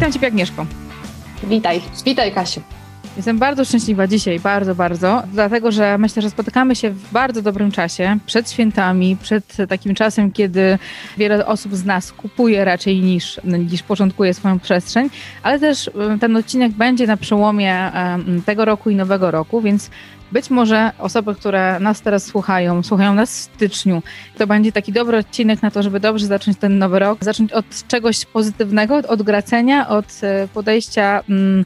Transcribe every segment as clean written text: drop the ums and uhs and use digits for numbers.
Witam Ciebie, Agnieszko. Witaj Kasiu. Jestem bardzo szczęśliwa dzisiaj, bardzo, dlatego że myślę, że spotykamy się w bardzo dobrym czasie, przed świętami, przed takim czasem, kiedy wiele osób z nas kupuje raczej niż porządkuje swoją przestrzeń, ale też ten odcinek będzie na przełomie tego roku i nowego roku, więc być może osoby, które nas teraz słuchają nas w styczniu, to będzie taki dobry odcinek na to, żeby dobrze zacząć ten nowy rok, zacząć od czegoś pozytywnego, od gracenia, od podejścia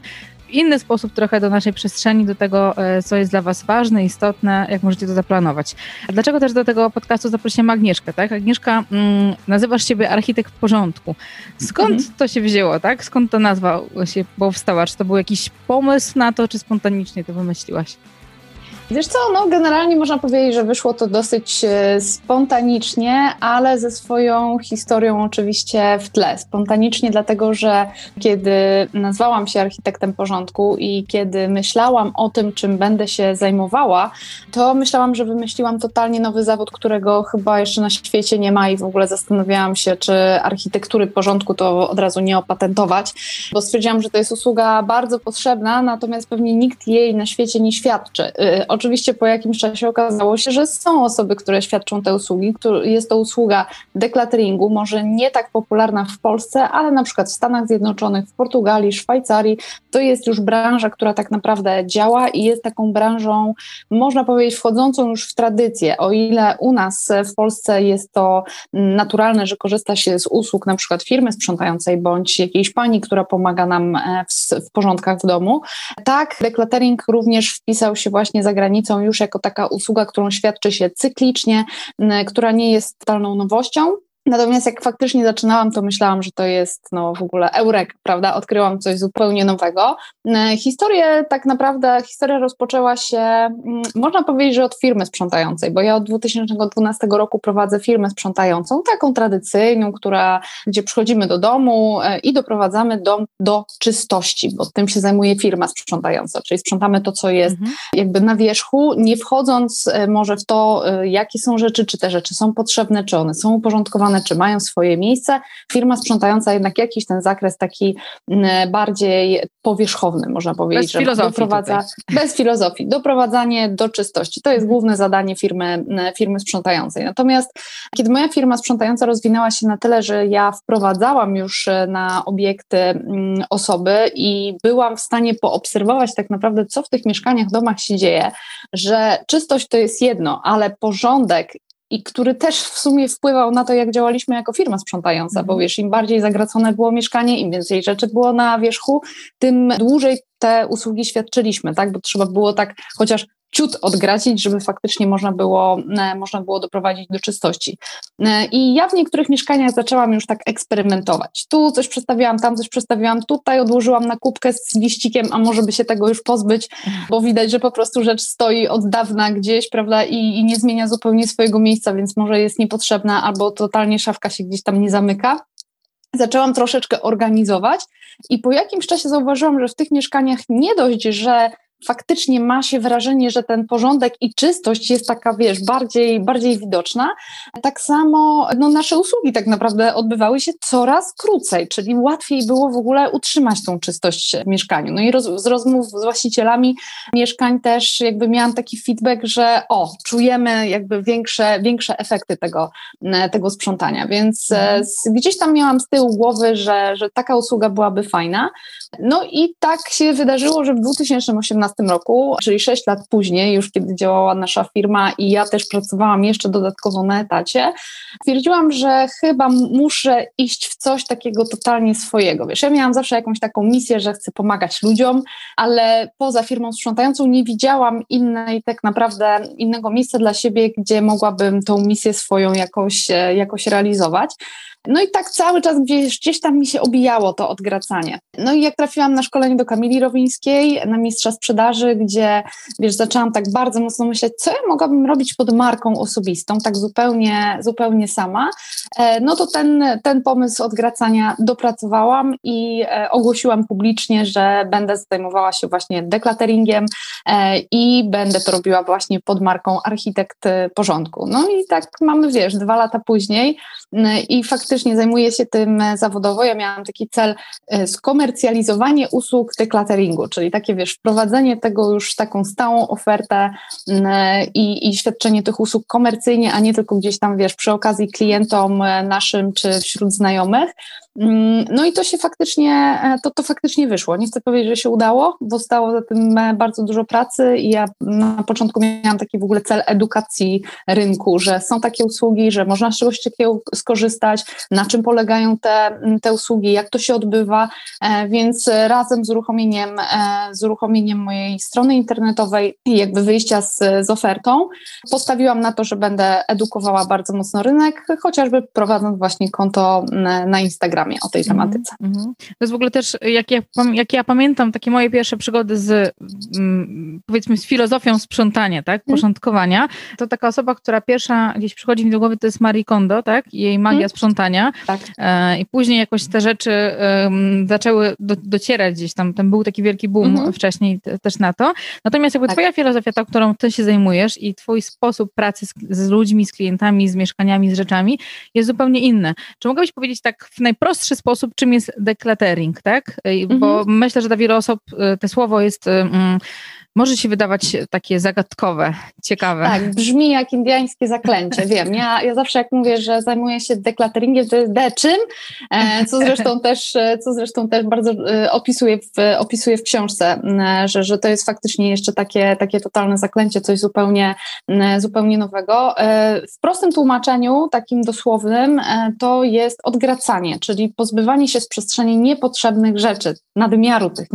w inny sposób trochę do naszej przestrzeni, do tego, co jest dla Was ważne, istotne, jak możecie to zaplanować. A dlaczego też do tego podcastu zaprosiłam Agnieszkę, tak? Agnieszka, nazywasz siebie architekt porządku. Skąd to się wzięło, tak? Skąd ta nazwa się powstała? Czy to był jakiś pomysł na to, czy spontanicznie to wymyśliłaś? Wiesz co, generalnie można powiedzieć, że wyszło to dosyć spontanicznie, ale ze swoją historią oczywiście w tle. Spontanicznie dlatego, że kiedy nazwałam się architektem porządku i kiedy myślałam o tym, czym będę się zajmowała, to myślałam, że wymyśliłam totalnie nowy zawód, którego chyba jeszcze na świecie nie ma i w ogóle zastanawiałam się, czy architektury porządku to od razu nie opatentować, bo stwierdziłam, że to jest usługa bardzo potrzebna, natomiast pewnie nikt jej na świecie nie świadczy. Oczywiście po jakimś czasie okazało się, że są osoby, które świadczą te usługi. Jest to usługa declutteringu, może nie tak popularna w Polsce, ale na przykład w Stanach Zjednoczonych, w Portugalii, Szwajcarii. To jest już branża, która tak naprawdę działa i jest taką branżą, można powiedzieć, wchodzącą już w tradycję. O ile u nas w Polsce jest to naturalne, że korzysta się z usług na przykład firmy sprzątającej bądź jakiejś pani, która pomaga nam w porządkach w domu, tak decluttering również wpisał się właśnie za granicą już jako taka usługa, którą świadczy się cyklicznie, która nie jest totalną nowością. Natomiast jak faktycznie zaczynałam, to myślałam, że to jest w ogóle eureka, prawda? Odkryłam coś zupełnie nowego. Historia rozpoczęła się, można powiedzieć, że od firmy sprzątającej, bo ja od 2012 roku prowadzę firmę sprzątającą, taką tradycyjną, gdzie przychodzimy do domu i doprowadzamy dom do czystości, bo tym się zajmuje firma sprzątająca, czyli sprzątamy to, co jest jakby na wierzchu, nie wchodząc może w to, jakie są rzeczy, czy te rzeczy są potrzebne, czy one są uporządkowane, czy mają swoje miejsce. Firma sprzątająca jednak jakiś ten zakres taki bardziej powierzchowny, można powiedzieć, bez filozofii doprowadza bez filozofii, doprowadzanie do czystości. To jest główne zadanie firmy sprzątającej. Natomiast kiedy moja firma sprzątająca rozwinęła się na tyle, że ja wprowadzałam już na obiekty osoby i byłam w stanie poobserwować tak naprawdę, co w tych mieszkaniach, domach się dzieje, że czystość to jest jedno, ale porządek i który też w sumie wpływał na to, jak działaliśmy jako firma sprzątająca, bo wiesz, im bardziej zagracone było mieszkanie, im więcej rzeczy było na wierzchu, tym dłużej te usługi świadczyliśmy, tak? Bo trzeba było tak chociaż ciut odgracić, żeby faktycznie można było doprowadzić do czystości. I ja w niektórych mieszkaniach zaczęłam już tak eksperymentować. Tu coś przestawiałam, tam coś przestawiałam, tutaj odłożyłam na kubkę z liścikiem, a może by się tego już pozbyć, bo widać, że po prostu rzecz stoi od dawna gdzieś, prawda, i nie zmienia zupełnie swojego miejsca, więc może jest niepotrzebna, albo totalnie szafka się gdzieś tam nie zamyka. Zaczęłam troszeczkę organizować i po jakimś czasie zauważyłam, że w tych mieszkaniach nie dość, że faktycznie ma się wrażenie, że ten porządek i czystość jest taka, wiesz, bardziej widoczna. Tak samo nasze usługi tak naprawdę odbywały się coraz krócej, czyli łatwiej było w ogóle utrzymać tą czystość w mieszkaniu. No i z rozmów z właścicielami mieszkań też jakby miałam taki feedback, że czujemy jakby większe efekty tego sprzątania, więc gdzieś tam miałam z tyłu głowy, że taka usługa byłaby fajna. No i tak się wydarzyło, że w 2018 roku, czyli 6 lat później, już kiedy działała nasza firma i ja też pracowałam jeszcze dodatkowo na etacie, stwierdziłam, że chyba muszę iść w coś takiego totalnie swojego. Wiesz, ja miałam zawsze jakąś taką misję, że chcę pomagać ludziom, ale poza firmą sprzątającą nie widziałam innego miejsca dla siebie, gdzie mogłabym tą misję swoją jakoś realizować. No i tak cały czas gdzieś tam mi się obijało to odgracanie. No i jak trafiłam na szkolenie do Kamili Rowińskiej, na mistrza sprzedaży, gdzie zaczęłam tak bardzo mocno myśleć, co ja mogłabym robić pod marką osobistą, tak zupełnie sama, no to ten pomysł odgracania dopracowałam i ogłosiłam publicznie, że będę zajmowała się właśnie declutteringiem i będę to robiła właśnie pod marką architekt porządku. No i tak mamy, 2 lata później i faktycznie zajmuję się tym zawodowo. Ja miałam taki cel skomercjalizowanie usług declutteringu, czyli takie, wiesz, wprowadzenie tego już w taką stałą ofertę i świadczenie tych usług komercyjnie, a nie tylko gdzieś tam, wiesz, przy okazji klientom naszym czy wśród znajomych. No i to się faktycznie, to faktycznie wyszło. Nie chcę powiedzieć, że się udało, bo stało za tym bardzo dużo pracy i ja na początku miałam taki w ogóle cel edukacji rynku, że są takie usługi, że można z czegoś takiego skorzystać, na czym polegają te usługi, jak to się odbywa, więc razem z uruchomieniem mojej strony internetowej i jakby wyjścia z ofertą postawiłam na to, że będę edukowała bardzo mocno rynek, chociażby prowadząc właśnie konto na Instagramie o tej tematyce. To jest w ogóle też, jak ja pamiętam, takie moje pierwsze przygody z, powiedzmy, z filozofią sprzątania, tak, porządkowania, to taka osoba, która pierwsza gdzieś przychodzi mi do głowy, to jest Marie Kondo, tak, jej magia sprzątania. Tak. I później jakoś te rzeczy zaczęły docierać gdzieś tam był taki wielki boom wcześniej też na to. Natomiast jakby twoja filozofia, ta, którą ty się zajmujesz i twój sposób pracy z ludźmi, z klientami, z mieszkaniami, z rzeczami jest zupełnie inny. Czy mogłabyś powiedzieć tak w najprostszy sposób, czym jest decluttering, tak? Bo myślę, że dla wielu osób to słowo jest... może się wydawać takie zagadkowe, ciekawe. Tak, brzmi jak indyjskie zaklęcie, wiem. Ja zawsze jak mówię, że zajmuję się declutteringiem, to jest czym, co zresztą też bardzo opisuję w książce, że to jest faktycznie jeszcze takie totalne zaklęcie, coś zupełnie nowego. W prostym tłumaczeniu, takim dosłownym, to jest odgracanie, czyli pozbywanie się z przestrzeni niepotrzebnych rzeczy, nadmiaru tych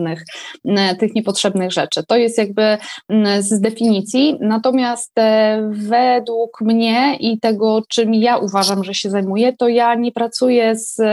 niepotrzebnych rzeczy. To jest jakby z definicji, natomiast według mnie i tego, czym ja uważam, że się zajmuję, to ja nie pracuję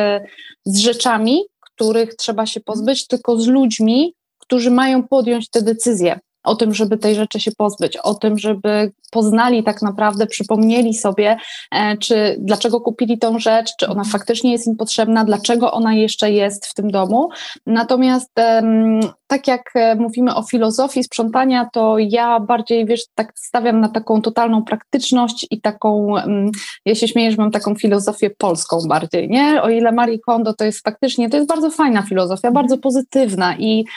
z rzeczami, których trzeba się pozbyć, tylko z ludźmi, którzy mają podjąć te decyzje o tym, żeby tej rzeczy się pozbyć, o tym, żeby poznali tak naprawdę, przypomnieli sobie, czy dlaczego kupili tą rzecz, czy ona faktycznie jest im potrzebna, dlaczego ona jeszcze jest w tym domu. Natomiast tak jak mówimy o filozofii sprzątania, to ja bardziej, wiesz, tak stawiam na taką totalną praktyczność i taką, ja się śmieję, że mam taką filozofię polską bardziej, nie? O ile Marie Kondo to jest faktycznie, to jest bardzo fajna filozofia, bardzo pozytywna i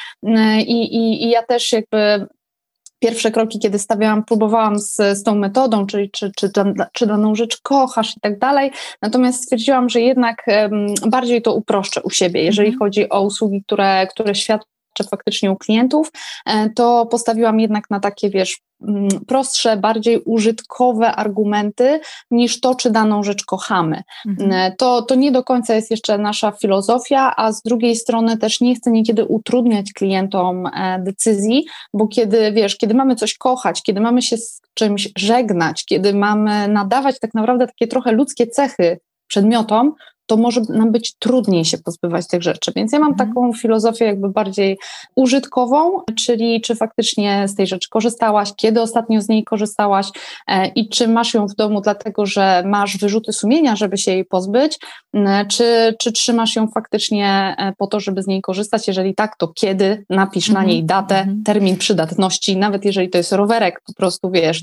ja też jakby pierwsze kroki, kiedy próbowałam z tą metodą, czyli czy daną rzecz kochasz i tak dalej, natomiast stwierdziłam, że jednak bardziej to uproszczę u siebie, jeżeli chodzi o usługi, które świadczę faktycznie u klientów, to postawiłam jednak na takie, wiesz, prostsze, bardziej użytkowe argumenty niż to, czy daną rzecz kochamy. To nie do końca jest jeszcze nasza filozofia, a z drugiej strony też nie chcę niekiedy utrudniać klientom decyzji, bo kiedy mamy coś kochać, kiedy mamy się z czymś żegnać, kiedy mamy nadawać tak naprawdę takie trochę ludzkie cechy przedmiotom, to może nam być trudniej się pozbywać tych rzeczy. Więc ja mam taką filozofię jakby bardziej użytkową, czyli czy faktycznie z tej rzeczy korzystałaś, kiedy ostatnio z niej korzystałaś i czy masz ją w domu dlatego, że masz wyrzuty sumienia, żeby się jej pozbyć, czy trzymasz ją faktycznie po to, żeby z niej korzystać. Jeżeli tak, to kiedy? Napisz na niej datę, termin przydatności, nawet jeżeli to jest rowerek po prostu, wiesz,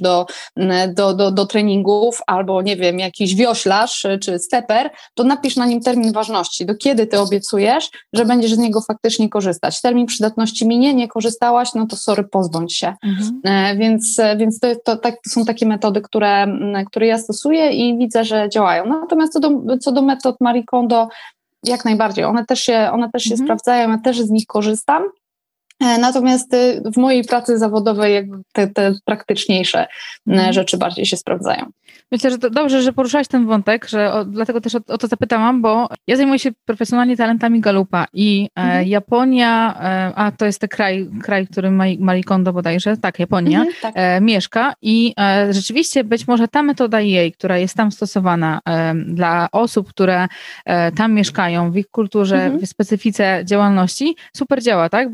do treningów albo, nie wiem, jakiś wioślarz czy steper, to napisz na nim termin ważności, do kiedy ty obiecujesz, że będziesz z niego faktycznie korzystać. Termin przydatności minie, nie korzystałaś, no to sorry, pozbądź się. Więc to są takie metody, które ja stosuję i widzę, że działają. Natomiast co do metod Marie Kondo, jak najbardziej, one też się sprawdzają, ja też z nich korzystam. Natomiast w mojej pracy zawodowej jakby te praktyczniejsze rzeczy bardziej się sprawdzają. Myślę, że to dobrze, że poruszałaś ten wątek, dlatego też o to zapytałam, bo ja zajmuję się profesjonalnie talentami Gallupa i Japonia, a to jest ten kraj, w którym Marie Kondo bodajże, tak, Japonia, mieszka i rzeczywiście być może ta metoda jej, która jest tam stosowana dla osób, które tam mieszkają, w ich kulturze, w specyfice działalności, super działa, tak? Bo to jest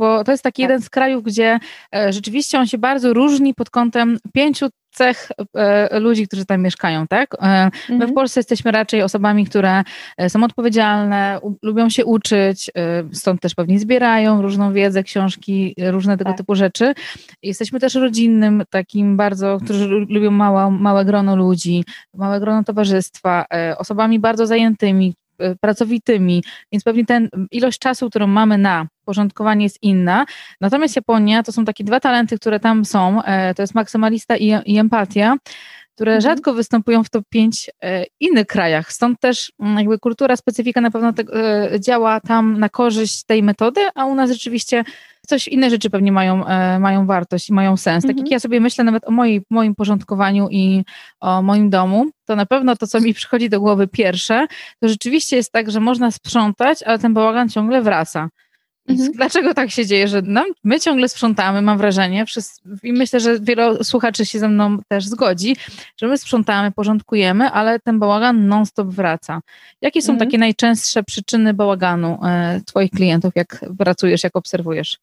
taki jeden z krajów, gdzie rzeczywiście on się bardzo różni pod kątem 5 cech ludzi, którzy tam mieszkają, tak? My w Polsce jesteśmy raczej osobami, które są odpowiedzialne, lubią się uczyć, stąd też pewnie zbierają różną wiedzę, książki, różne tego typu rzeczy. Jesteśmy też rodzinnym, takim bardzo, którzy lubią małe grono ludzi, małe grono towarzystwa, osobami bardzo zajętymi, pracowitymi, więc pewnie ilość czasu, którą mamy na porządkowanie jest inna. Natomiast Japonia to są takie 2 talenty, które tam są, to jest maksymalista i empatia, które rzadko występują w top 5 innych krajach. Stąd też jakby kultura, specyfika na pewno działa tam na korzyść tej metody, a u nas rzeczywiście inne rzeczy pewnie mają wartość i mają sens. Tak jak ja sobie myślę nawet o moim porządkowaniu i o moim domu, to na pewno to, co mi przychodzi do głowy pierwsze, to rzeczywiście jest tak, że można sprzątać, ale ten bałagan ciągle wraca. Dlaczego tak się dzieje, że my ciągle sprzątamy, mam wrażenie, i myślę, że wielu słuchaczy się ze mną też zgodzi, że my sprzątamy, porządkujemy, ale ten bałagan non-stop wraca. Jakie są takie najczęstsze przyczyny bałaganu twoich klientów, jak pracujesz, jak obserwujesz?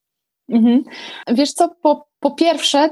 Wiesz co, po pierwsze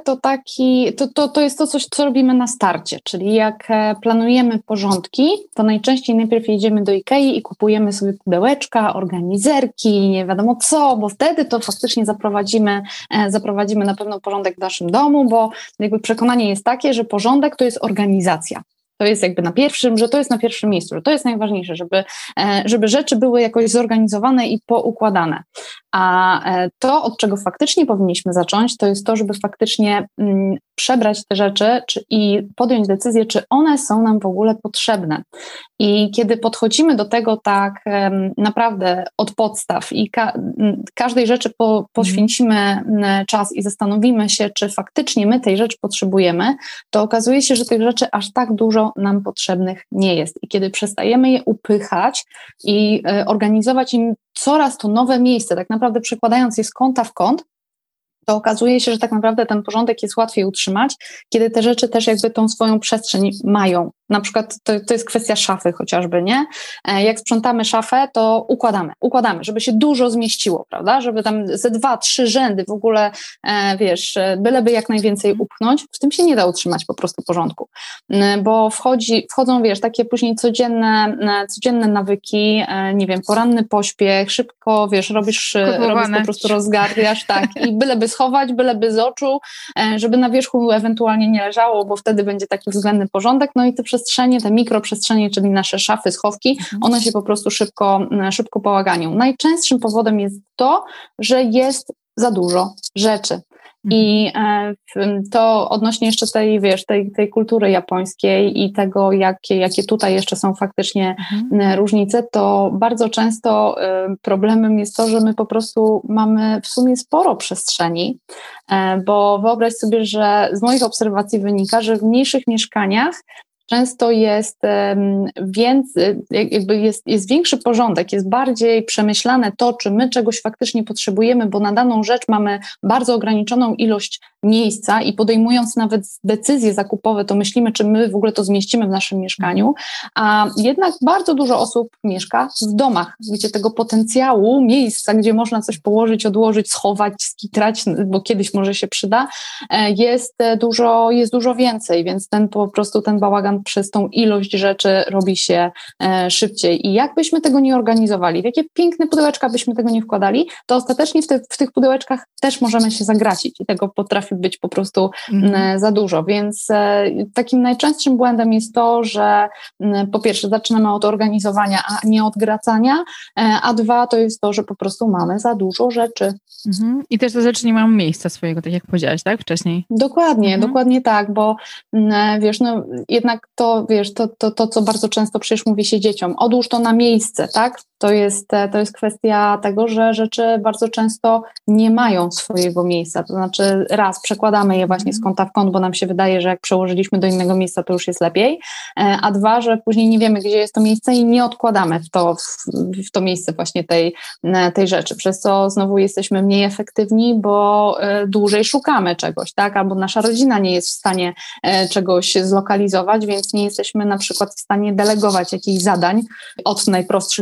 to jest to coś, co robimy na starcie, czyli jak planujemy porządki, to najczęściej najpierw jedziemy do Ikei i kupujemy sobie pudełeczka, organizerki, nie wiadomo co, bo wtedy to faktycznie zaprowadzimy na pewno porządek w naszym domu, bo jakby przekonanie jest takie, że porządek to jest organizacja. To jest jakby że to jest na pierwszym miejscu, że to jest najważniejsze, żeby rzeczy były jakoś zorganizowane i poukładane. A to, od czego faktycznie powinniśmy zacząć, to jest to, żeby faktycznie przebrać te rzeczy i podjąć decyzję, czy one są nam w ogóle potrzebne. I kiedy podchodzimy do tego tak naprawdę od podstaw i każdej rzeczy poświęcimy czas i zastanowimy się, czy faktycznie my tej rzeczy potrzebujemy, to okazuje się, że tych rzeczy aż tak dużo nam potrzebnych nie jest. I kiedy przestajemy je upychać i organizować im coraz to nowe miejsce, tak naprawdę przekładając je z kąta w kąt, to okazuje się, że tak naprawdę ten porządek jest łatwiej utrzymać, kiedy te rzeczy też jakby tą swoją przestrzeń mają. Na przykład to jest kwestia szafy chociażby, nie? Jak sprzątamy szafę, to układamy, żeby się dużo zmieściło, prawda? Żeby tam ze 2-3 rzędy w ogóle, byleby jak najwięcej upchnąć. W tym się nie da utrzymać po prostu porządku, bo wchodzą, takie później codzienne nawyki, nie wiem, poranny pośpiech, szybko, robisz po prostu rozgardiasz, tak, i byleby schować, byleby z oczu, żeby na wierzchu ewentualnie nie leżało, bo wtedy będzie taki względny porządek, no i te przestrzenie, te mikroprzestrzenie, czyli nasze szafy, schowki, one się po prostu szybko bałaganią. Najczęstszym powodem jest to, że jest za dużo rzeczy. I to odnośnie jeszcze tej kultury japońskiej i tego, jakie tutaj jeszcze są faktycznie różnice, to bardzo często problemem jest to, że my po prostu mamy w sumie sporo przestrzeni, bo wyobraź sobie, że z moich obserwacji wynika, że w mniejszych mieszkaniach często jest jest większy porządek, jest bardziej przemyślane to, czy my czegoś faktycznie potrzebujemy, bo na daną rzecz mamy bardzo ograniczoną ilość miejsca i podejmując nawet decyzje zakupowe, to myślimy, czy my w ogóle to zmieścimy w naszym mieszkaniu, a jednak bardzo dużo osób mieszka w domach, gdzie tego potencjału, miejsca, gdzie można coś położyć, odłożyć, schować, skitrać, bo kiedyś może się przyda, jest dużo więcej, więc po prostu ten bałagan przez tą ilość rzeczy robi się szybciej. I jakbyśmy tego nie organizowali, w jakie piękne pudełeczka byśmy tego nie wkładali, to ostatecznie w tych pudełeczkach też możemy się zagracić i tego potrafi być po prostu za dużo. Więc takim najczęstszym błędem jest to, że po pierwsze zaczynamy od organizowania, a nie od gracania, a 2 to jest to, że po prostu mamy za dużo rzeczy. I też te rzeczy nie mają miejsca swojego, tak jak powiedziałaś, tak? Wcześniej. Dokładnie tak, bo jednak to, co bardzo często przecież mówi się dzieciom, odłóż to na miejsce, tak? To jest kwestia tego, że rzeczy bardzo często nie mają swojego miejsca, to znaczy raz przekładamy je właśnie z kąta w kąt, bo nam się wydaje, że jak przełożyliśmy do innego miejsca, to już jest lepiej, a 2, że później nie wiemy, gdzie jest to miejsce i nie odkładamy w to miejsce właśnie tej rzeczy, przez co znowu jesteśmy mniej efektywni, bo dłużej szukamy czegoś, tak? Albo nasza rodzina nie jest w stanie czegoś zlokalizować, więc nie jesteśmy na przykład w stanie delegować jakichś zadań od najprostszych przynieść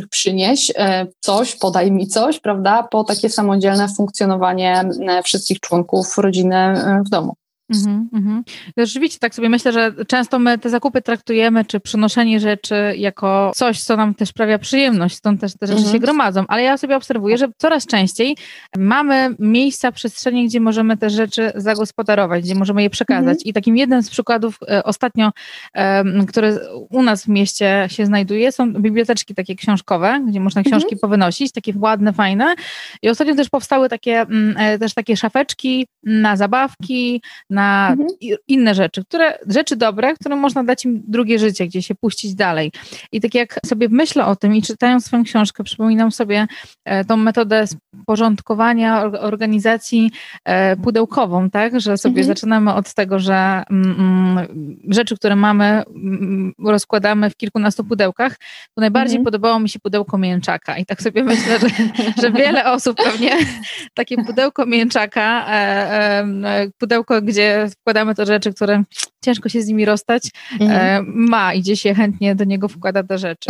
przynieś coś, podaj mi coś, prawda, po takie samodzielne funkcjonowanie wszystkich członków rodziny w domu. Rzeczywiście tak sobie myślę, że często my te zakupy traktujemy, czy przynoszenie rzeczy jako coś, co nam też sprawia przyjemność, stąd też te rzeczy się gromadzą, ale ja sobie obserwuję, że coraz częściej mamy miejsca, przestrzenie, gdzie możemy te rzeczy zagospodarować, gdzie możemy je przekazać i takim jednym z przykładów ostatnio, który u nas w mieście się znajduje, są biblioteczki takie książkowe, gdzie można książki powynosić, takie ładne, fajne i ostatnio też powstały takie szafeczki na zabawki, na inne rzeczy dobre, które można dać im drugie życie, gdzie się puścić dalej. I tak jak sobie myślę o tym i czytając swoją książkę, przypominam sobie tą metodę porządkowania, organizacji pudełkową, tak, że sobie zaczynamy od tego, że rzeczy, które mamy, rozkładamy w kilkunastu pudełkach, to najbardziej podobało mi się pudełko mięczaka i tak sobie myślę, że wiele osób pewnie takie pudełko mięczaka, pudełko, gdzie wkładamy te rzeczy, które ciężko się z nimi rozstać, ma i gdzie się chętnie do niego wkłada te rzeczy.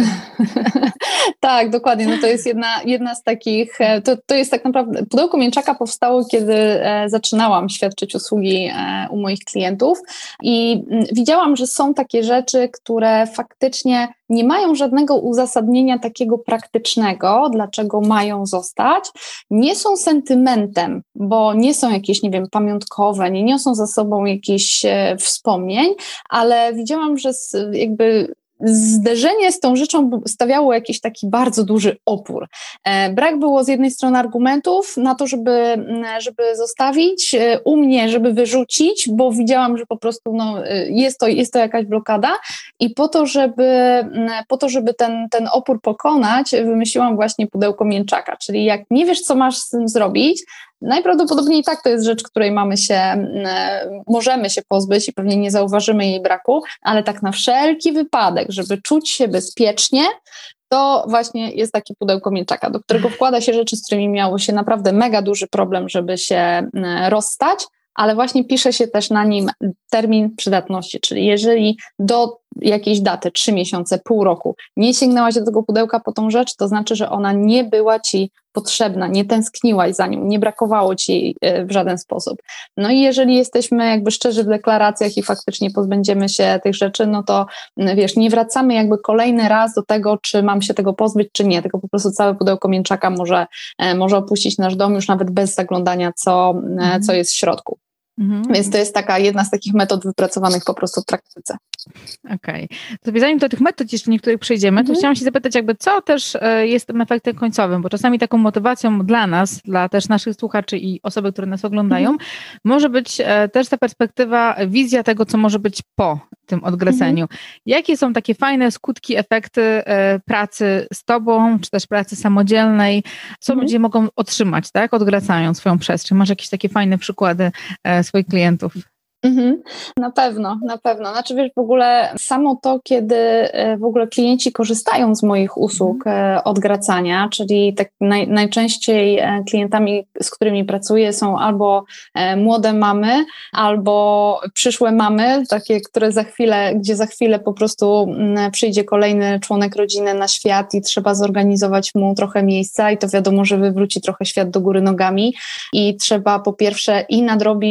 Tak, dokładnie. No to jest jedna z takich, to jest tak naprawdę, pudełko mięczaka powstało, kiedy zaczynałam świadczyć usługi u moich klientów i widziałam, że są takie rzeczy, które faktycznie nie mają żadnego uzasadnienia takiego praktycznego, dlaczego mają zostać, nie są sentymentem, bo nie są jakieś, nie wiem, pamiątkowe, nie niosą za sobą jakichś wspomnień, ale widziałam, że zderzenie z tą rzeczą stawiało jakiś taki bardzo duży opór. Brak było z jednej strony argumentów na to, żeby zostawić, u mnie, żeby wyrzucić, bo widziałam, że po prostu jest to jakaś blokada i po to, żeby ten opór pokonać, wymyśliłam właśnie pudełko mięczaka, czyli jak nie wiesz, co masz z tym zrobić, najprawdopodobniej i tak to jest rzecz, której możemy się pozbyć i pewnie nie zauważymy jej braku, ale tak na wszelki wypadek, żeby czuć się bezpiecznie, to właśnie jest takie pudełko mięczaka, do którego wkłada się rzeczy, z którymi miało się naprawdę mega duży problem, żeby się rozstać, ale właśnie pisze się też na nim termin przydatności, czyli jeżeli do jakiejś daty, 3 miesiące, pół roku, nie sięgnęłaś do tego pudełka po tą rzecz, to znaczy, że ona nie była ci potrzebna, nie tęskniłaś za nią, nie brakowało ci jej w żaden sposób. No i jeżeli jesteśmy jakby szczerzy w deklaracjach i faktycznie pozbędziemy się tych rzeczy, no to wiesz, nie wracamy jakby kolejny raz do tego, czy mam się tego pozbyć, czy nie, tylko po prostu całe pudełko mięczaka może opuścić nasz dom już nawet bez zaglądania, co jest w środku. Więc to jest jedna z takich metod wypracowanych po prostu w praktyce. Okej. To zanim do tych metod jeszcze niektórych przejdziemy, to chciałam się zapytać jakby, co też jest tym efektem końcowym, bo czasami taką motywacją dla nas, dla też naszych słuchaczy i osoby, które nas oglądają, może być też ta perspektywa, wizja tego, co może być po tym odgraceniu. Jakie są takie fajne skutki, efekty pracy z tobą, czy też pracy samodzielnej, co ludzie mogą otrzymać, tak, odgracając swoją przestrzeń? Masz jakieś takie fajne przykłady swoich klientów? Na pewno. Znaczy wiesz, w ogóle samo to, kiedy w ogóle klienci korzystają z moich usług odgracania, czyli tak najczęściej klientami, z którymi pracuję, są albo młode mamy, albo przyszłe mamy, takie, gdzie za chwilę po prostu przyjdzie kolejny członek rodziny na świat i trzeba zorganizować mu trochę miejsca i to wiadomo, że wywróci trochę świat do góry nogami i trzeba po pierwsze i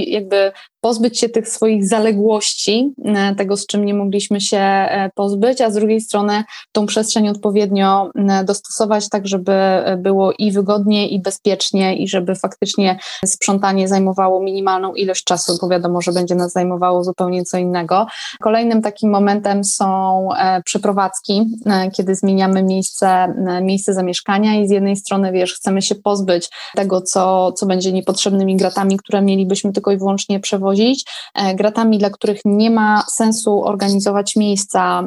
pozbyć się tych swoich zaległości, tego, z czym nie mogliśmy się pozbyć, a z drugiej strony tą przestrzeń odpowiednio dostosować tak, żeby było i wygodnie, i bezpiecznie, i żeby faktycznie sprzątanie zajmowało minimalną ilość czasu, bo wiadomo, że będzie nas zajmowało zupełnie co innego. Kolejnym takim momentem są przeprowadzki, kiedy zmieniamy miejsce zamieszkania i z jednej strony, wiesz, chcemy się pozbyć tego, co będzie niepotrzebnymi gratami, które mielibyśmy tylko i wyłącznie przewozić, gratami, dla których nie ma sensu organizować miejsca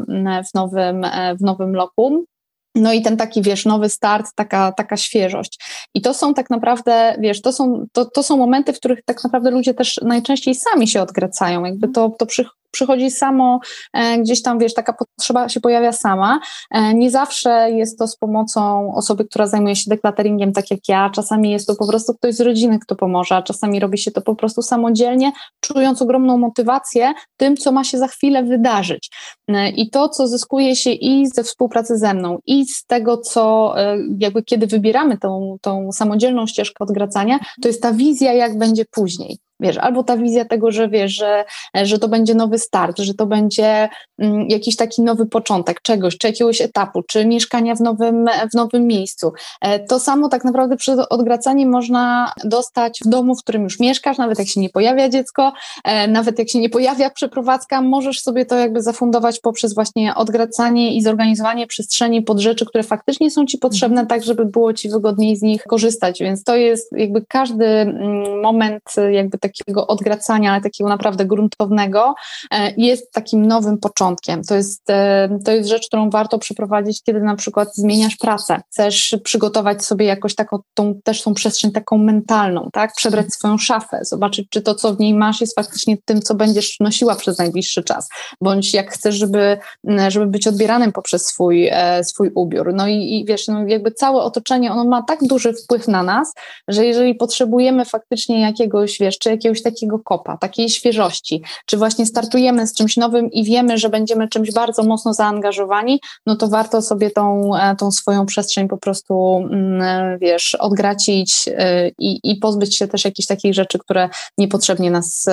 w nowym lokum. No i ten taki, wiesz, nowy start, taka świeżość. I to są tak naprawdę, wiesz, to są momenty, w których tak naprawdę ludzie też najczęściej sami się odgracają. Jakby to przychodzi samo, gdzieś tam, wiesz, taka potrzeba się pojawia sama. Nie zawsze jest to z pomocą osoby, która zajmuje się decluttering, tak jak ja. Czasami jest to po prostu ktoś z rodziny, kto pomoże, a czasami robi się to po prostu samodzielnie, czując ogromną motywację tym, co ma się za chwilę wydarzyć. I to, co zyskuje się i ze współpracy ze mną, i z tego, co jakby kiedy wybieramy tą samodzielną ścieżkę odgracania, to jest ta wizja, jak będzie później. Wiesz, albo ta wizja tego, że wiesz, że to będzie nowy start, że to będzie jakiś taki nowy początek czegoś, czy jakiegoś etapu, czy mieszkania w nowym miejscu. To samo tak naprawdę przez odgracanie można dostać w domu, w którym już mieszkasz, nawet jak się nie pojawia dziecko, nawet jak się nie pojawia przeprowadzka, możesz sobie to jakby zafundować poprzez właśnie odgracanie i zorganizowanie przestrzeni pod rzeczy, które faktycznie są ci potrzebne, tak żeby było ci wygodniej z nich korzystać, więc to jest jakby każdy moment jakby takiego odgracania, ale takiego naprawdę gruntownego, jest takim nowym początkiem. To jest rzecz, którą warto przeprowadzić, kiedy na przykład zmieniasz pracę. Chcesz przygotować sobie jakoś tą przestrzeń taką mentalną, tak? Przebrać swoją szafę, zobaczyć, czy to, co w niej masz, jest faktycznie tym, co będziesz nosiła przez najbliższy czas. Bądź jak chcesz, żeby być odbieranym poprzez swój ubiór. No i wiesz, no jakby całe otoczenie, ono ma tak duży wpływ na nas, że jeżeli potrzebujemy faktycznie jakiegoś, wiesz, czy jakiegoś takiego kopa, takiej świeżości, czy właśnie startujemy z czymś nowym i wiemy, że będziemy czymś bardzo mocno zaangażowani, no to warto sobie tą swoją przestrzeń po prostu, wiesz, odgracić i pozbyć się też jakichś takich rzeczy, które niepotrzebnie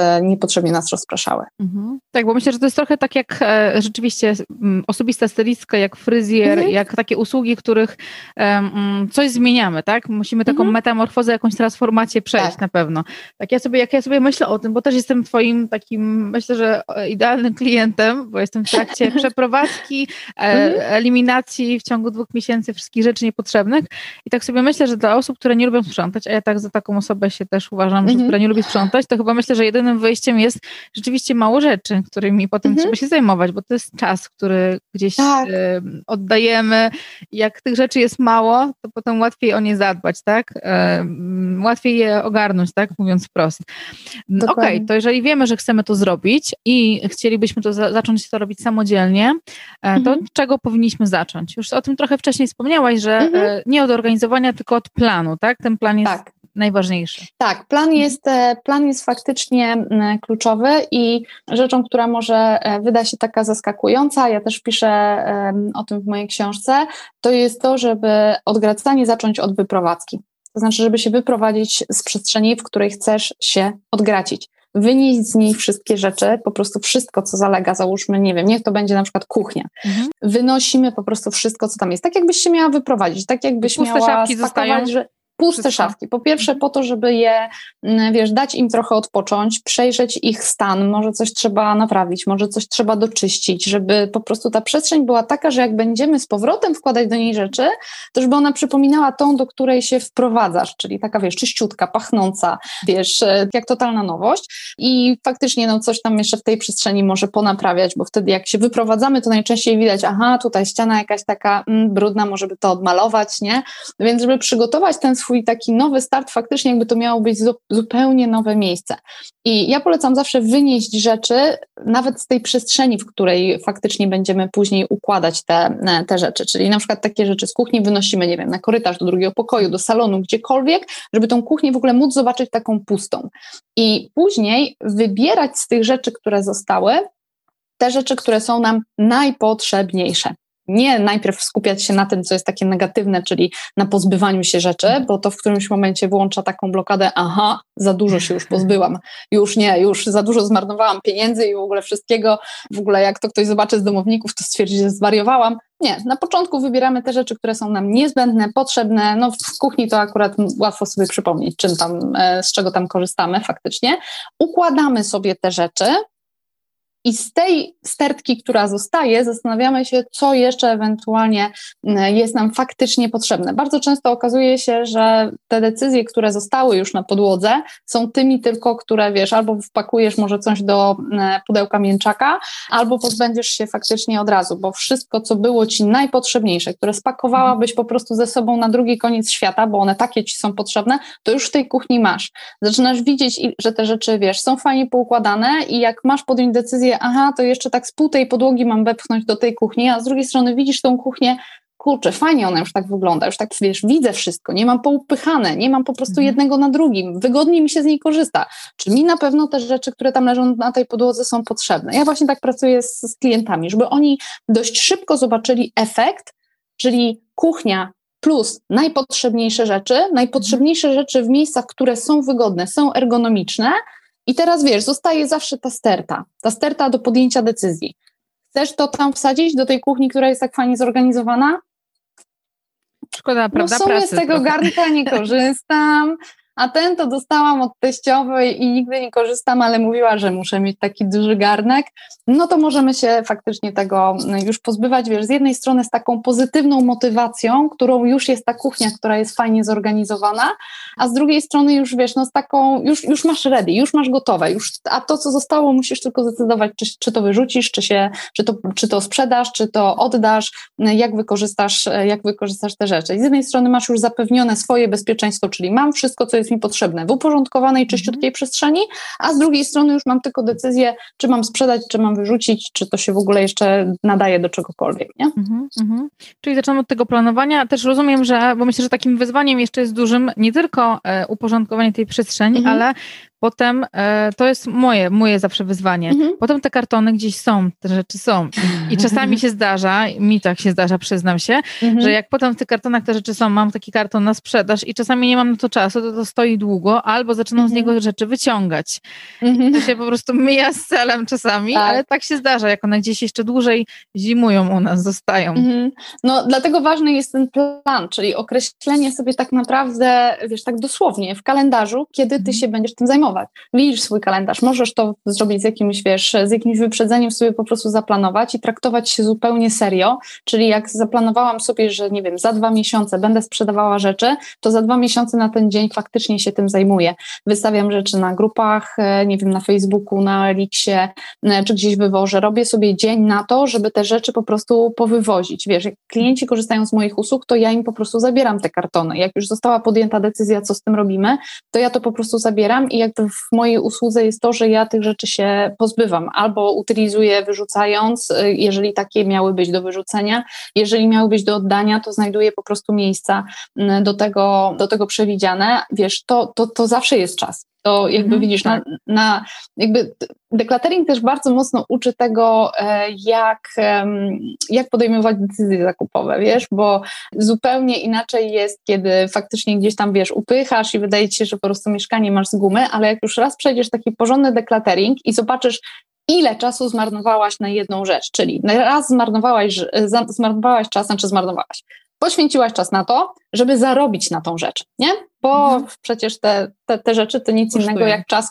nas rozpraszały. Mhm. Tak, bo myślę, że to jest trochę tak jak rzeczywiście osobista stylistka, jak fryzjer, jak takie usługi, których coś zmieniamy, tak? Musimy taką metamorfozę, jakąś transformację przejść na pewno. Tak, jak ja sobie myślę o tym, bo też jestem twoim takim, myślę, że idealnym klientem, bo jestem w trakcie przeprowadzki, eliminacji w ciągu 2 miesięcy wszystkich rzeczy niepotrzebnych i tak sobie myślę, że dla osób, które nie lubią sprzątać, a ja tak za taką osobę się też uważam, że która nie lubi sprzątać, to chyba myślę, że jedynym wyjściem jest rzeczywiście mało rzeczy, którymi potem trzeba się zajmować, bo to jest czas, który gdzieś oddajemy. Jak tych rzeczy jest mało, to potem łatwiej o nie zadbać, tak? Łatwiej je ogarnąć, tak? Mówiąc wprost. Okej, to jeżeli wiemy, że chcemy to zrobić i chcielibyśmy to zacząć to robić samodzielnie, to od czego powinniśmy zacząć? Już o tym trochę wcześniej wspomniałaś, że nie od organizowania, tylko od planu, tak? Ten plan jest najważniejszy. Tak, plan jest faktycznie kluczowy i rzeczą, która może wyda się taka zaskakująca, ja też piszę o tym w mojej książce, to jest to, żeby odgracanie zacząć od wyprowadzki. To znaczy, żeby się wyprowadzić z przestrzeni, w której chcesz się odgracić. Wynieść z niej wszystkie rzeczy, po prostu wszystko, co zalega, załóżmy, nie wiem, niech to będzie na przykład kuchnia. Wynosimy po prostu wszystko, co tam jest. Tak jakbyś się miała wyprowadzić, tak jakbyś puste miała szafki spakować, że puste szafki. Po pierwsze po to, żeby je, wiesz, dać im trochę odpocząć, przejrzeć ich stan, może coś trzeba naprawić, może coś trzeba doczyścić, żeby po prostu ta przestrzeń była taka, że jak będziemy z powrotem wkładać do niej rzeczy, to żeby ona przypominała tą, do której się wprowadzasz, czyli taka, wiesz, czyściutka, pachnąca, wiesz, jak totalna nowość i faktycznie no coś tam jeszcze w tej przestrzeni może ponaprawiać, bo wtedy jak się wyprowadzamy, to najczęściej widać, aha, tutaj ściana jakaś taka brudna, może by to odmalować, nie? Więc żeby przygotować ten swój taki nowy start, faktycznie jakby to miało być zupełnie nowe miejsce. I ja polecam zawsze wynieść rzeczy, nawet z tej przestrzeni, w której faktycznie będziemy później układać te rzeczy. Czyli na przykład takie rzeczy z kuchni wynosimy, nie wiem, na korytarz, do drugiego pokoju, do salonu, gdziekolwiek, żeby tą kuchnię w ogóle móc zobaczyć taką pustą. I później wybierać z tych rzeczy, które zostały, te rzeczy, które są nam najpotrzebniejsze. Nie najpierw skupiać się na tym, co jest takie negatywne, czyli na pozbywaniu się rzeczy, bo to w którymś momencie włącza taką blokadę, aha, za dużo się już pozbyłam, już za dużo zmarnowałam pieniędzy i w ogóle wszystkiego, w ogóle jak to ktoś zobaczy z domowników, to stwierdzi, że zwariowałam. Nie, na początku wybieramy te rzeczy, które są nam niezbędne, potrzebne, no w kuchni to akurat łatwo sobie przypomnieć, z czego tam korzystamy faktycznie. Układamy sobie te rzeczy, i z tej stertki, która zostaje, zastanawiamy się, co jeszcze ewentualnie jest nam faktycznie potrzebne. Bardzo często okazuje się, że te decyzje, które zostały już na podłodze, są tymi tylko, które wiesz, albo wpakujesz może coś do pudełka mięczaka, albo pozbędziesz się faktycznie od razu, bo wszystko, co było ci najpotrzebniejsze, które spakowałabyś po prostu ze sobą na drugi koniec świata, bo one takie ci są potrzebne, to już w tej kuchni masz. Zaczynasz widzieć, że te rzeczy, wiesz, są fajnie poukładane i jak masz podjąć decyzję, okazuje, aha, to jeszcze tak z pół tej podłogi mam wepchnąć do tej kuchni, a z drugiej strony widzisz tą kuchnię, kurczę, fajnie ona już tak wygląda, już tak, wiesz, widzę wszystko, nie mam poupychane, nie mam po prostu jednego na drugim, wygodnie mi się z niej korzysta. Czy mi na pewno te rzeczy, które tam leżą na tej podłodze są potrzebne? Ja właśnie tak pracuję z klientami, żeby oni dość szybko zobaczyli efekt, czyli kuchnia plus najpotrzebniejsze rzeczy w miejscach, które są wygodne, są ergonomiczne i teraz wiesz, zostaje zawsze ta sterta do podjęcia decyzji. Chcesz to tam wsadzić do tej kuchni, która jest tak fajnie zorganizowana? Szkoda, prawda? No w sumie z tego garnka nie korzystam, a ten to dostałam od teściowej i nigdy nie korzystam, ale mówiła, że muszę mieć taki duży garnek, no to możemy się faktycznie tego już pozbywać, wiesz, z jednej strony z taką pozytywną motywacją, którą już jest ta kuchnia, która jest fajnie zorganizowana, a z drugiej strony już, wiesz, no z taką, już masz ready, już masz gotowe, a to, co zostało, musisz tylko zdecydować, czy to wyrzucisz, czy to sprzedasz, czy to oddasz, jak wykorzystasz te rzeczy. I z jednej strony masz już zapewnione swoje bezpieczeństwo, czyli mam wszystko, co jest mi potrzebne w uporządkowanej, czyściutkiej przestrzeni, a z drugiej strony już mam tylko decyzję, czy mam sprzedać, czy mam wyrzucić, czy to się w ogóle jeszcze nadaje do czegokolwiek, nie? Czyli zaczynamy od tego planowania. Też rozumiem, bo myślę, że takim wyzwaniem jeszcze jest dużym nie tylko uporządkowanie tej przestrzeni, ale potem to jest moje zawsze wyzwanie. Potem te kartony gdzieś są, te rzeczy są. I czasami się zdarza, mi tak się zdarza, przyznam się, że jak potem w tych kartonach te rzeczy są, mam taki karton na sprzedaż i czasami nie mam na to czasu, to stoi długo, albo zaczynam z niego rzeczy wyciągać. To się po prostu mija z celem czasami, ale tak się zdarza, jak one gdzieś jeszcze dłużej zimują u nas, zostają. No dlatego ważny jest ten plan, czyli określenie sobie tak naprawdę, wiesz, tak dosłownie w kalendarzu, kiedy ty się będziesz tym zajmować. Widzisz swój kalendarz, możesz to zrobić z jakimś wyprzedzeniem, sobie po prostu zaplanować i traktować się zupełnie serio, czyli jak zaplanowałam sobie, że nie wiem, za 2 miesiące będę sprzedawała rzeczy, to za 2 miesiące na ten dzień faktycznie się tym zajmuję. Wystawiam rzeczy na grupach, nie wiem, na Facebooku, na Elixie, czy gdzieś wywożę. Robię sobie dzień na to, żeby te rzeczy po prostu powywozić. Wiesz, jak klienci korzystają z moich usług, to ja im po prostu zabieram te kartony. Jak już została podjęta decyzja, co z tym robimy, to ja to po prostu zabieram i jakby w mojej usłudze jest to, że ja tych rzeczy się pozbywam albo utylizuję wyrzucając, jeżeli takie miały być do wyrzucenia, jeżeli miały być do oddania, to znajduję po prostu miejsca do tego przewidziane. Wiesz, to zawsze jest czas. To jakby widzisz, jakby decluttering też bardzo mocno uczy tego, jak podejmować decyzje zakupowe, wiesz, bo zupełnie inaczej jest, kiedy faktycznie gdzieś tam, wiesz, upychasz i wydaje ci się, że po prostu mieszkanie masz z gumy, ale jak już raz przejdziesz taki porządny decluttering i zobaczysz, ile czasu zmarnowałaś na jedną rzecz, czyli raz zmarnowałaś czas, poświęciłaś czas na to, żeby zarobić na tą rzecz, nie? Bo przecież te rzeczy to nic innego jak czas,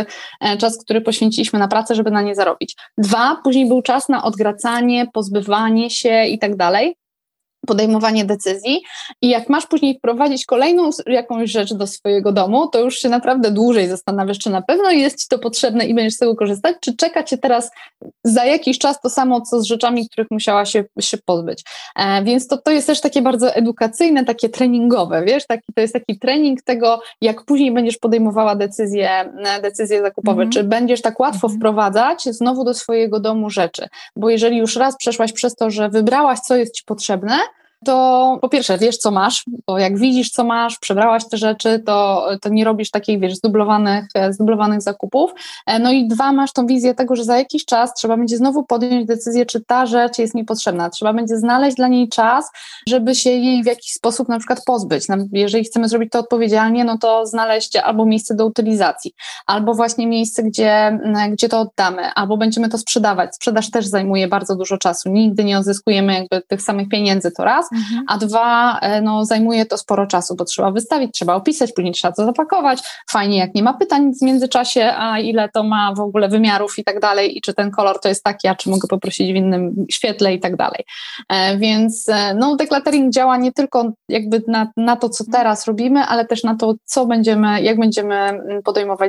który poświęciliśmy na pracę, żeby na nie zarobić. 2, później był czas na odgracanie, pozbywanie się i tak dalej, podejmowanie decyzji i jak masz później wprowadzić kolejną jakąś rzecz do swojego domu, to już się naprawdę dłużej zastanawiasz, czy na pewno jest ci to potrzebne i będziesz z tego korzystać, czy czeka cię teraz za jakiś czas to samo, co z rzeczami, których musiała się pozbyć. Więc to jest też takie bardzo edukacyjne, takie treningowe, wiesz, to jest taki trening tego, jak później będziesz podejmowała decyzje zakupowe, czy będziesz tak łatwo wprowadzać znowu do swojego domu rzeczy, bo jeżeli już raz przeszłaś przez to, że wybrałaś, co jest ci potrzebne, to po pierwsze wiesz, co masz, bo jak widzisz, co masz, przebrałaś te rzeczy, to nie robisz takich, wiesz, zdublowanych zakupów. No i 2, masz tą wizję tego, że za jakiś czas trzeba będzie znowu podjąć decyzję, czy ta rzecz jest mi potrzebna. Trzeba będzie znaleźć dla niej czas, żeby się jej w jakiś sposób na przykład pozbyć. Jeżeli chcemy zrobić to odpowiedzialnie, no to znaleźć albo miejsce do utylizacji, albo właśnie miejsce, gdzie to oddamy, albo będziemy to sprzedawać. Sprzedaż też zajmuje bardzo dużo czasu. Nigdy nie odzyskujemy jakby tych samych pieniędzy, to raz, a 2, no zajmuje to sporo czasu, bo trzeba wystawić, trzeba opisać, później trzeba to zapakować. Fajnie, jak nie ma pytań w międzyczasie, a ile to ma w ogóle wymiarów i tak dalej, i czy ten kolor to jest taki, a czy mogę poprosić w innym świetle i tak dalej. Więc no decluttering działa nie tylko jakby na to, co teraz robimy, ale też na to, jak będziemy podejmować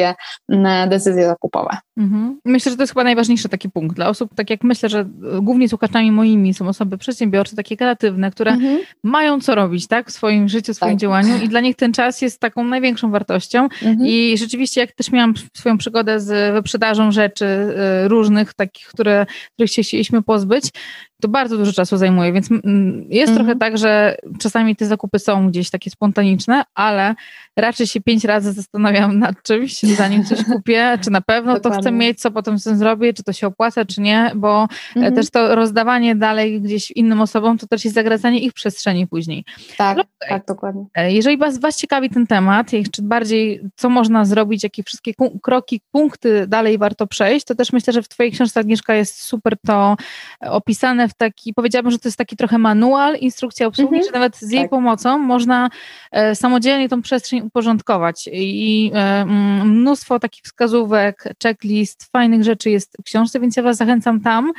decyzje zakupowe. Myślę, że to jest chyba najważniejszy taki punkt dla osób, tak jak myślę, że głównie słuchaczami moimi są osoby przedsiębiorcze, takie kreatywne, które mają co robić, tak, w swoim życiu, w swoim działaniu i dla nich ten czas jest taką największą wartością i rzeczywiście jak też miałam swoją przygodę z wyprzedażą rzeczy różnych, takich, których się chcieliśmy pozbyć, to bardzo dużo czasu zajmuje, więc jest trochę tak, że czasami te zakupy są gdzieś takie spontaniczne, ale raczej się 5 razy zastanawiam nad czymś, zanim coś kupię, czy na pewno to chcę mieć, co potem z tym zrobię, czy to się opłaca, czy nie, bo też to rozdawanie dalej gdzieś innym osobom, to też jest zagracanie ich przestrzeni później. Tak, tak, dokładnie. Jeżeli was ciekawi ten temat, jeszcze bardziej co można zrobić, jakie wszystkie kroki, punkty dalej warto przejść, to też myślę, że w twojej książce, Agnieszka, jest super to opisane w taki, powiedziałabym, że to jest taki trochę manual, instrukcja obsługi, że nawet z jej pomocą można samodzielnie tą przestrzeń uporządkować i mnóstwo takich wskazówek, checklist, fajnych rzeczy jest w książce, więc ja was zachęcam tam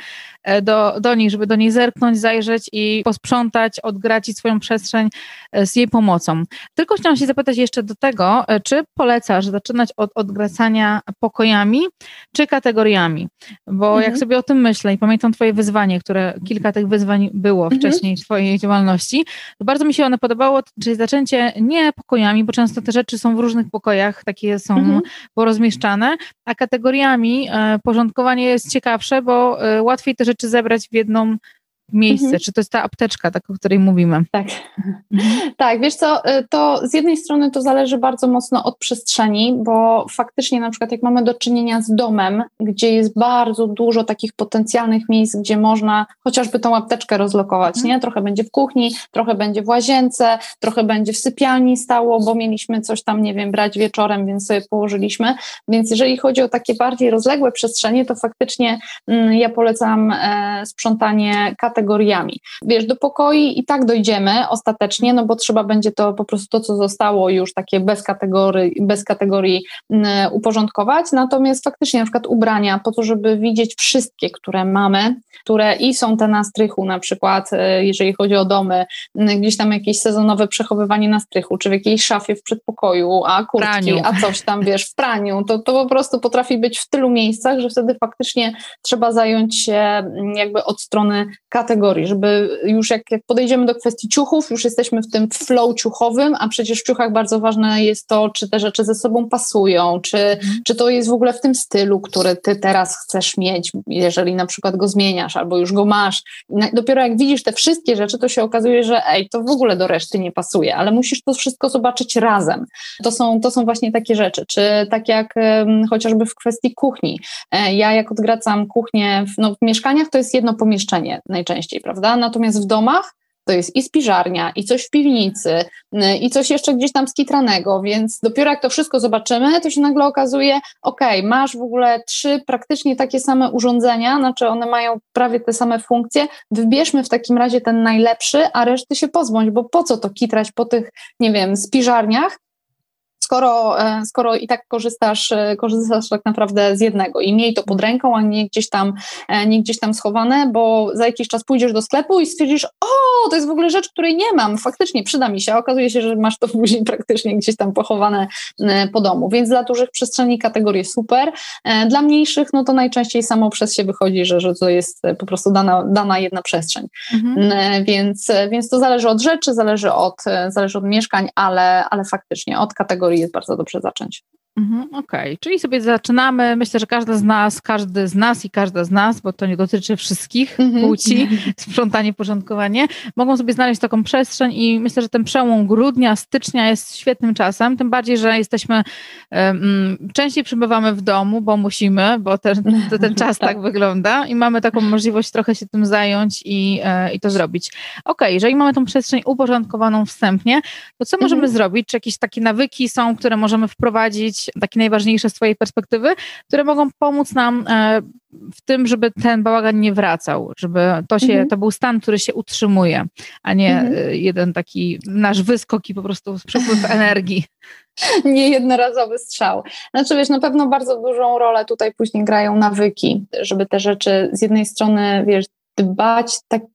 do niej, żeby do niej zerknąć, zajrzeć i posprzątać, odgracić swoją przestrzeń z jej pomocą. Tylko chciałam się zapytać jeszcze do tego, czy polecasz zaczynać od odgracania pokojami, czy kategoriami? Bo jak sobie o tym myślę i pamiętam twoje wyzwanie, kilka tych wyzwań było wcześniej w twojej działalności, to bardzo mi się one podobało, czyli zaczęcie nie pokojami, bo często te rzeczy są w różnych pokojach, takie są porozmieszczane, a kategoriami porządkowanie jest ciekawsze, bo łatwiej te rzeczy zebrać w jedną miejsce. Czy to jest ta apteczka, o której mówimy? Tak. Tak, wiesz co, to z jednej strony to zależy bardzo mocno od przestrzeni, bo faktycznie na przykład jak mamy do czynienia z domem, gdzie jest bardzo dużo takich potencjalnych miejsc, gdzie można chociażby tą apteczkę rozlokować, nie? Trochę będzie w kuchni, trochę będzie w łazience, trochę będzie w sypialni stało, bo mieliśmy coś tam, nie wiem, brać wieczorem, więc sobie położyliśmy. Więc jeżeli chodzi o takie bardziej rozległe przestrzenie, to faktycznie ja polecam sprzątanie kategoriami. Wiesz, do pokoi i tak dojdziemy ostatecznie, no bo trzeba będzie to po prostu to, co zostało już takie bez kategorii uporządkować, natomiast faktycznie na przykład ubrania, po to, żeby widzieć wszystkie, które mamy, które i są te na strychu na przykład, jeżeli chodzi o domy, gdzieś tam jakieś sezonowe przechowywanie na strychu, czy w jakiejś szafie w przedpokoju, a kurtki, a coś tam, wiesz, w praniu, to po prostu potrafi być w tylu miejscach, że wtedy faktycznie trzeba zająć się jakby od strony kategorii, żeby już jak podejdziemy do kwestii ciuchów, już jesteśmy w tym flow ciuchowym, a przecież w ciuchach bardzo ważne jest to, czy te rzeczy ze sobą pasują, czy to jest w ogóle w tym stylu, który ty teraz chcesz mieć, jeżeli na przykład go zmieniasz albo już go masz. Dopiero jak widzisz te wszystkie rzeczy, to się okazuje, że to w ogóle do reszty nie pasuje, ale musisz to wszystko zobaczyć razem. To są właśnie takie rzeczy, czy tak jak chociażby w kwestii kuchni. Ja jak odgracam kuchnię w mieszkaniach, to jest jedno pomieszczenie najczęściej, prawda? Natomiast w domach to jest i spiżarnia, i coś w piwnicy, i coś jeszcze gdzieś tam skitranego, więc dopiero jak to wszystko zobaczymy, to się nagle okazuje, masz w ogóle 3 praktycznie takie same urządzenia, znaczy one mają prawie te same funkcje, wybierzmy w takim razie ten najlepszy, a reszty się pozbądź, bo po co to kitrać po tych, nie wiem, spiżarniach, skoro i tak korzystasz tak naprawdę z jednego i miej to pod ręką, a nie gdzieś tam schowane, bo za jakiś czas pójdziesz do sklepu i stwierdzisz, to jest w ogóle rzecz, której nie mam, faktycznie przyda mi się, a okazuje się, że masz to później praktycznie gdzieś tam pochowane po domu, więc dla dużych przestrzeni kategorie super, dla mniejszych no to najczęściej samo przez się wychodzi, że to jest po prostu dana jedna przestrzeń, więc to zależy od rzeczy, zależy od mieszkań, ale faktycznie od kategorii jest bardzo dobrze zacząć. Okej, czyli sobie zaczynamy. Myślę, że każdy z nas i każda z nas, bo to nie dotyczy wszystkich płci, sprzątanie, porządkowanie, mogą sobie znaleźć taką przestrzeń i myślę, że ten przełom grudnia, stycznia jest świetnym czasem, tym bardziej, że jesteśmy, częściej przebywamy w domu, bo musimy, bo ten czas tak wygląda i mamy taką możliwość trochę się tym zająć i to zrobić. Okej, jeżeli mamy tą przestrzeń uporządkowaną wstępnie, to co możemy zrobić? Czy jakieś takie nawyki są, które możemy wprowadzić, takie najważniejsze z twojej perspektywy, które mogą pomóc nam w tym, żeby ten bałagan nie wracał, żeby to był stan, który się utrzymuje, a nie jeden taki nasz wyskok i po prostu przepływ energii. Nie jednorazowy strzał. Znaczy wiesz, na pewno bardzo dużą rolę tutaj później grają nawyki, żeby te rzeczy z jednej strony, wiesz, dbać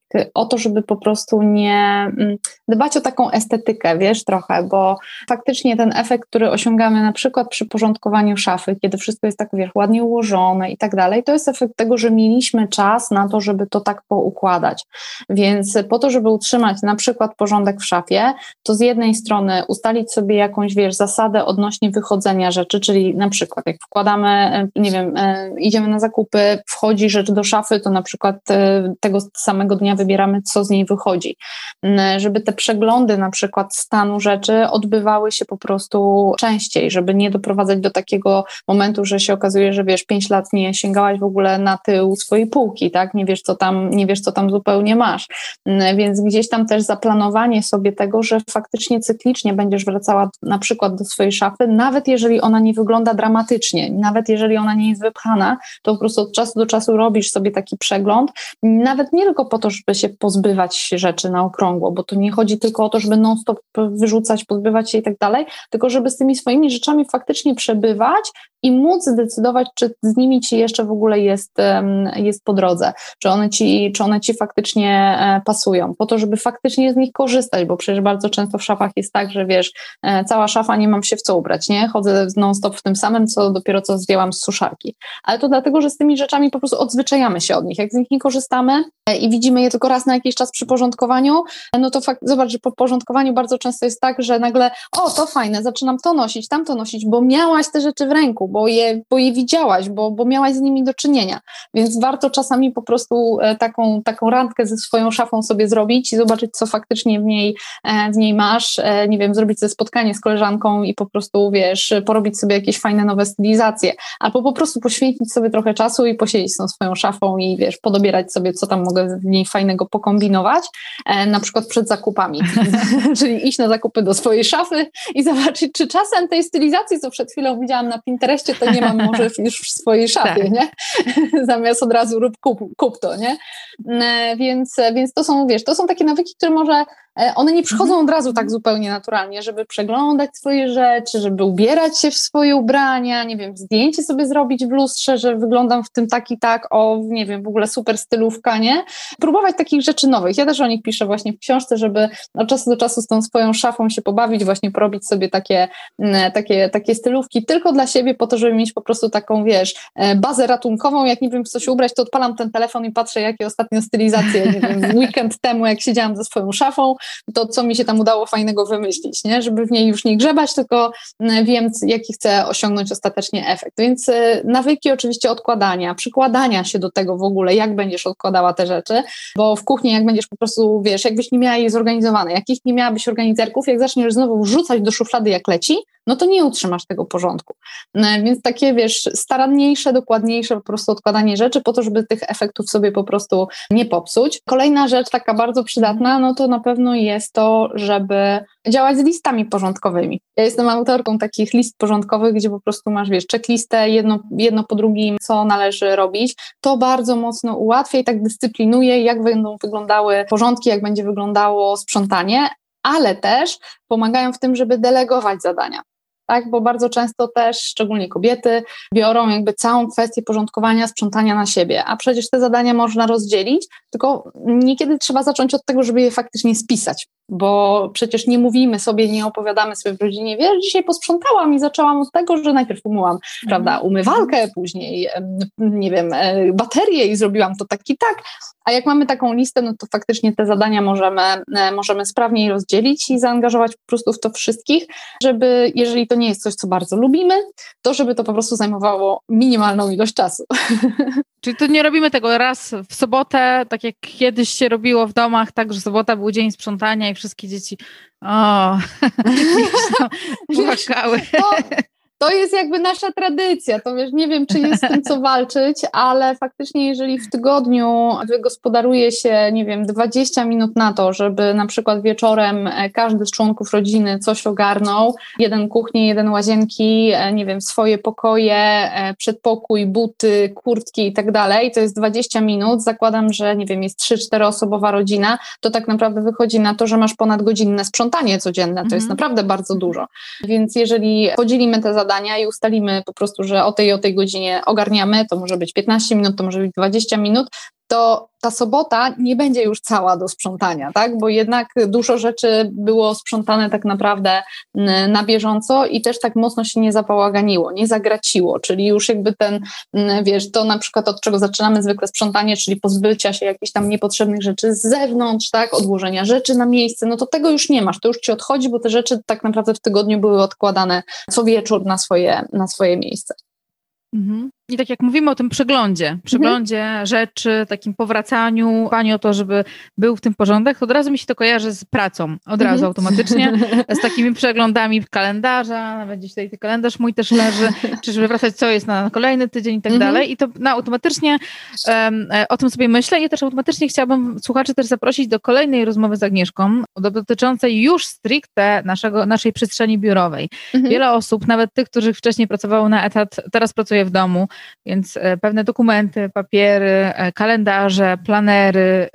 o to, żeby po prostu nie dbać o taką estetykę, wiesz, trochę, bo faktycznie ten efekt, który osiągamy na przykład przy porządkowaniu szafy, kiedy wszystko jest tak, wiesz, ładnie ułożone i tak dalej, to jest efekt tego, że mieliśmy czas na to, żeby to tak poukładać. Więc po to, żeby utrzymać na przykład porządek w szafie, to z jednej strony ustalić sobie jakąś, wiesz, zasadę odnośnie wychodzenia rzeczy, czyli na przykład jak wkładamy, nie wiem, idziemy na zakupy, wchodzi rzecz do szafy, to na przykład tego samego dnia wybieramy, co z niej wychodzi. Żeby te przeglądy na przykład stanu rzeczy odbywały się po prostu częściej, żeby nie doprowadzać do takiego momentu, że się okazuje, że wiesz, 5 lat nie sięgałaś w ogóle na tył swojej półki, tak? Nie wiesz, co tam zupełnie masz. Więc gdzieś tam też zaplanowanie sobie tego, że faktycznie cyklicznie będziesz wracała na przykład do swojej szafy, nawet jeżeli ona nie wygląda dramatycznie, nawet jeżeli ona nie jest wypchana, to po prostu od czasu do czasu robisz sobie taki przegląd, nawet nie tylko po to, żeby się pozbywać rzeczy na okrągło, bo to nie chodzi tylko o to, żeby non-stop wyrzucać, pozbywać się i tak dalej, tylko żeby z tymi swoimi rzeczami faktycznie przebywać i móc zdecydować, czy z nimi ci jeszcze w ogóle jest po drodze, czy one ci faktycznie pasują, po to, żeby faktycznie z nich korzystać, bo przecież bardzo często w szafach jest tak, że wiesz, cała szafa, nie mam się w co ubrać, nie? Chodzę non-stop w tym samym, co dopiero co zdjęłam z suszarki. Ale to dlatego, że z tymi rzeczami po prostu odzwyczajamy się od nich. Jak z nich nie korzystamy i widzimy je tylko raz na jakiś czas przy porządkowaniu, no to zobacz, że po porządkowaniu bardzo często jest tak, że nagle, o, to fajne, zaczynam to nosić, tamto nosić, bo miałaś te rzeczy w ręku, bo je widziałaś, bo miałaś z nimi do czynienia. Więc warto czasami po prostu taką randkę ze swoją szafą sobie zrobić i zobaczyć, co faktycznie w niej masz. Nie wiem, zrobić sobie spotkanie z koleżanką i po prostu, wiesz, porobić sobie jakieś fajne nowe stylizacje, albo po prostu poświęcić sobie trochę czasu i posiedzieć z tą swoją szafą i, wiesz, podobierać sobie, co tam mogę w niej fajnego pokombinować, na przykład przed zakupami. Czyli iść na zakupy do swojej szafy i zobaczyć, czy czasem tej stylizacji, co przed chwilą widziałam na Pinterestie, to nie mam może już w swojej szafie, tak. Nie? Zamiast od razu kup to, nie? Więc to są, wiesz, to są takie nawyki, które może one nie przychodzą od razu tak zupełnie naturalnie, żeby przeglądać swoje rzeczy, żeby ubierać się w swoje ubrania, nie wiem, zdjęcie sobie zrobić w lustrze, że wyglądam w tym tak i tak, nie wiem, w ogóle super stylówka, nie? Próbować takich rzeczy nowych. Ja też o nich piszę właśnie w książce, żeby od czasu do czasu z tą swoją szafą się pobawić, właśnie porobić sobie takie stylówki tylko dla siebie, po to, żeby mieć po prostu taką, wiesz, bazę ratunkową. Jak nie wiem, w co się ubrać, to odpalam ten telefon i patrzę, jakie ostatnio stylizacje, nie wiem, weekend temu, jak siedziałam ze swoją szafą, to co mi się tam udało fajnego wymyślić, nie? Żeby w niej już nie grzebać, tylko wiem, jaki chcę osiągnąć ostatecznie efekt. Więc nawyki oczywiście odkładania, przykładania się do tego w ogóle, jak będziesz odkładała te rzeczy, bo w kuchni jak będziesz po prostu, wiesz, jakbyś nie miała jej zorganizowane, jakich nie miałabyś organizerków, jak zaczniesz znowu wrzucać do szuflady jak leci, no to nie utrzymasz tego porządku. Więc takie, wiesz, staranniejsze, dokładniejsze po prostu odkładanie rzeczy po to, żeby tych efektów sobie po prostu nie popsuć. Kolejna rzecz taka bardzo przydatna, no to na pewno jest to, żeby działać z listami porządkowymi. Ja jestem autorką takich list porządkowych, gdzie po prostu masz, wiesz, checklistę, jedno po drugim, co należy robić. To bardzo mocno ułatwia i tak dyscyplinuje, jak będą wyglądały porządki, jak będzie wyglądało sprzątanie, ale też pomagają w tym, żeby delegować zadania. Tak, bo bardzo często też, szczególnie kobiety, biorą jakby całą kwestię porządkowania, sprzątania na siebie, a przecież te zadania można rozdzielić, tylko niekiedy trzeba zacząć od tego, żeby je faktycznie spisać, bo przecież nie mówimy sobie, nie opowiadamy sobie w rodzinie, wiesz, dzisiaj posprzątałam i zaczęłam od tego, że najpierw umyłam, prawda, umywalkę, później, nie wiem, baterię i zrobiłam to tak i tak, a jak mamy taką listę, no to faktycznie te zadania możemy sprawniej rozdzielić i zaangażować po prostu w to wszystkich, żeby, jeżeli to nie jest coś, co bardzo lubimy, to żeby to po prostu zajmowało minimalną ilość czasu. Czyli to nie robimy tego raz w sobotę, tak jak kiedyś się robiło w domach, tak, że sobota był dzień sprzątania i wszystkie dzieci płakały. To jest jakby nasza tradycja, to wiesz, nie wiem, czy jest z tym co walczyć, ale faktycznie jeżeli w tygodniu wygospodaruje się, nie wiem, 20 minut na to, żeby na przykład wieczorem każdy z członków rodziny coś ogarnął, jeden kuchnię, jeden łazienki, nie wiem, swoje pokoje, przedpokój, buty, kurtki i tak dalej, to jest 20 minut, zakładam, że nie wiem, jest 3-4 osobowa rodzina, to tak naprawdę wychodzi na to, że masz ponad godzinne sprzątanie codzienne, to jest naprawdę bardzo dużo, więc jeżeli podzielimy te zadania i ustalimy po prostu, że o tej godzinie ogarniamy, to może być 15 minut, to może być 20 minut, to ta sobota nie będzie już cała do sprzątania, tak? Bo jednak dużo rzeczy było sprzątane tak naprawdę na bieżąco i też tak mocno się nie zabałaganiło, nie zagraciło, czyli już jakby ten, wiesz, to na przykład od czego zaczynamy zwykle sprzątanie, czyli pozbycia się jakichś tam niepotrzebnych rzeczy z zewnątrz, tak? Odłożenia rzeczy na miejsce, no to tego już nie masz, to już ci odchodzi, bo te rzeczy tak naprawdę w tygodniu były odkładane co wieczór na swoje miejsce. Mhm. I tak jak mówimy o tym przeglądzie rzeczy, takim powracaniu, dbaniu o to, żeby był w tym porządek, to od razu mi się to kojarzy z pracą, od razu automatycznie, z takimi przeglądami kalendarza, nawet gdzieś tutaj kalendarz mój też leży, czy żeby wracać, co jest na kolejny tydzień i tak dalej. I to automatycznie o tym sobie myślę i też automatycznie chciałabym słuchaczy też zaprosić do kolejnej rozmowy z Agnieszką, dotyczącej już stricte naszej przestrzeni biurowej. Wiele osób, nawet tych, którzy wcześniej pracowały na etat, teraz pracuje w domu, więc pewne dokumenty, papiery, kalendarze, planery,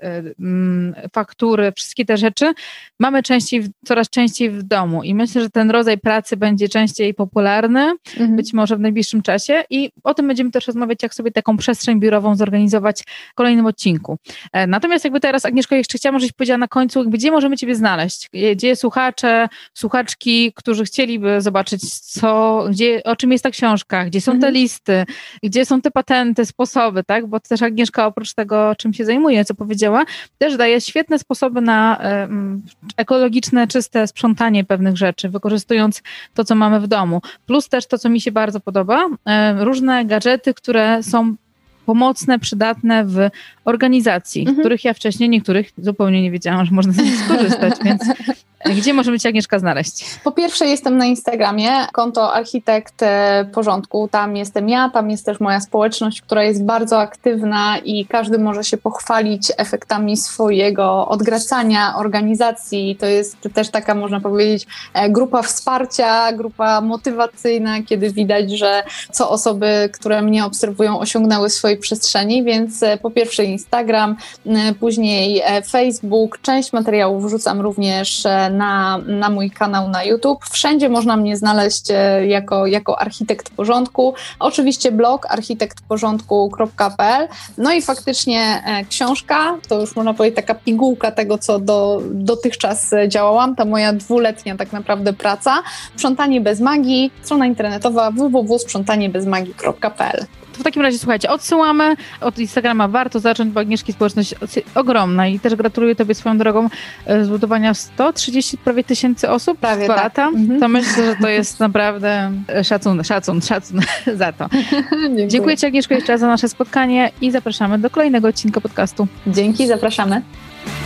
faktury, wszystkie te rzeczy mamy coraz częściej w domu i myślę, że ten rodzaj pracy będzie częściej popularny, być może w najbliższym czasie i o tym będziemy też rozmawiać, jak sobie taką przestrzeń biurową zorganizować w kolejnym odcinku. Natomiast jakby teraz, Agnieszko, jeszcze chciałam, żebyś powiedziała na końcu, gdzie możemy Ciebie znaleźć? Gdzie słuchacze, słuchaczki, którzy chcieliby zobaczyć, o czym jest ta książka, gdzie są te listy, gdzie są te patenty, sposoby, tak? Bo też Agnieszka oprócz tego, czym się zajmuje, co powiedziała, też daje świetne sposoby na ekologiczne, czyste sprzątanie pewnych rzeczy, wykorzystując to, co mamy w domu. Plus też to, co mi się bardzo podoba, różne gadżety, które są pomocne, przydatne w organizacji, których ja wcześniej niektórych zupełnie nie wiedziałam, że można z nich skorzystać, więc gdzie możemy Cię, Agnieszka, znaleźć? Po pierwsze jestem na Instagramie, konto Architekt Porządku, tam jestem ja, tam jest też moja społeczność, która jest bardzo aktywna i każdy może się pochwalić efektami swojego odgracania, organizacji. To jest też taka, można powiedzieć, grupa wsparcia, grupa motywacyjna, kiedy widać, że co osoby, które mnie obserwują, osiągnęły w swojej przestrzeni, więc po pierwsze Instagram, później Facebook, część materiałów wrzucam również na mój kanał na YouTube. Wszędzie można mnie znaleźć jako Architekt Porządku. Oczywiście blog architektporządku.pl. No i faktycznie książka, to już można powiedzieć taka pigułka tego, co dotychczas działałam, ta moja 2-letnia tak naprawdę praca. Sprzątanie bez magii, strona internetowa www.sprzątaniebezmagii.pl. To w takim razie, słuchajcie, odsyłamy. Od Instagrama warto zacząć, bo Agnieszki społeczność ogromna i też gratuluję Tobie swoją drogą zbudowania 130 prawie tysięcy osób prawie w 2 tak. lata. To myślę, że to jest naprawdę szacun za to. Dziękuję Ci, Agnieszko, jeszcze raz za nasze spotkanie i zapraszamy do kolejnego odcinka podcastu. Dzięki, zapraszamy.